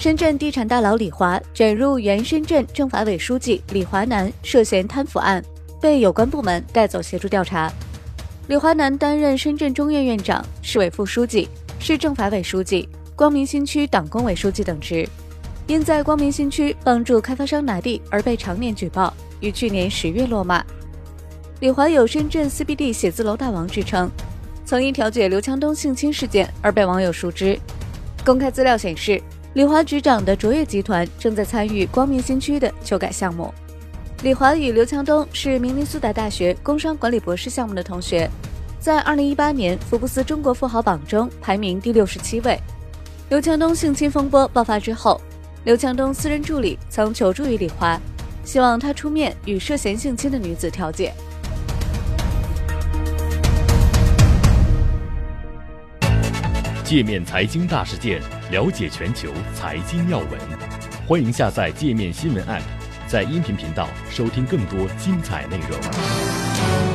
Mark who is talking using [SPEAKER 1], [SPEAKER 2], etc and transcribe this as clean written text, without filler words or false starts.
[SPEAKER 1] 深圳地产大佬李华卷入原深圳政法委书记李华南涉嫌贪腐案，被有关部门带走协助调查。李华南担任深圳中院院长、市委副书记、市政法委书记、光明新区党工委书记等职，因在光明新区帮助开发商拿地而被常年举报，于去年10月落马。李华有深圳 CBD 写字楼大王之称，曾因调解刘强东性侵事件而被网友熟知。公开资料显示，李华执掌的卓越集团正在参与光明新区的修改项目。李华与刘强东是明尼苏达大学工商管理博士项目的同学，在2018年福布斯中国富豪榜中排名第67位。刘强东性侵风波爆发之后，刘强东私人助理曾求助于李华，希望他出面与涉嫌性侵的女子调解。
[SPEAKER 2] 界面财经大事件，了解全球财经要闻。欢迎下载界面新闻 App， 在音频频道收听更多精彩内容。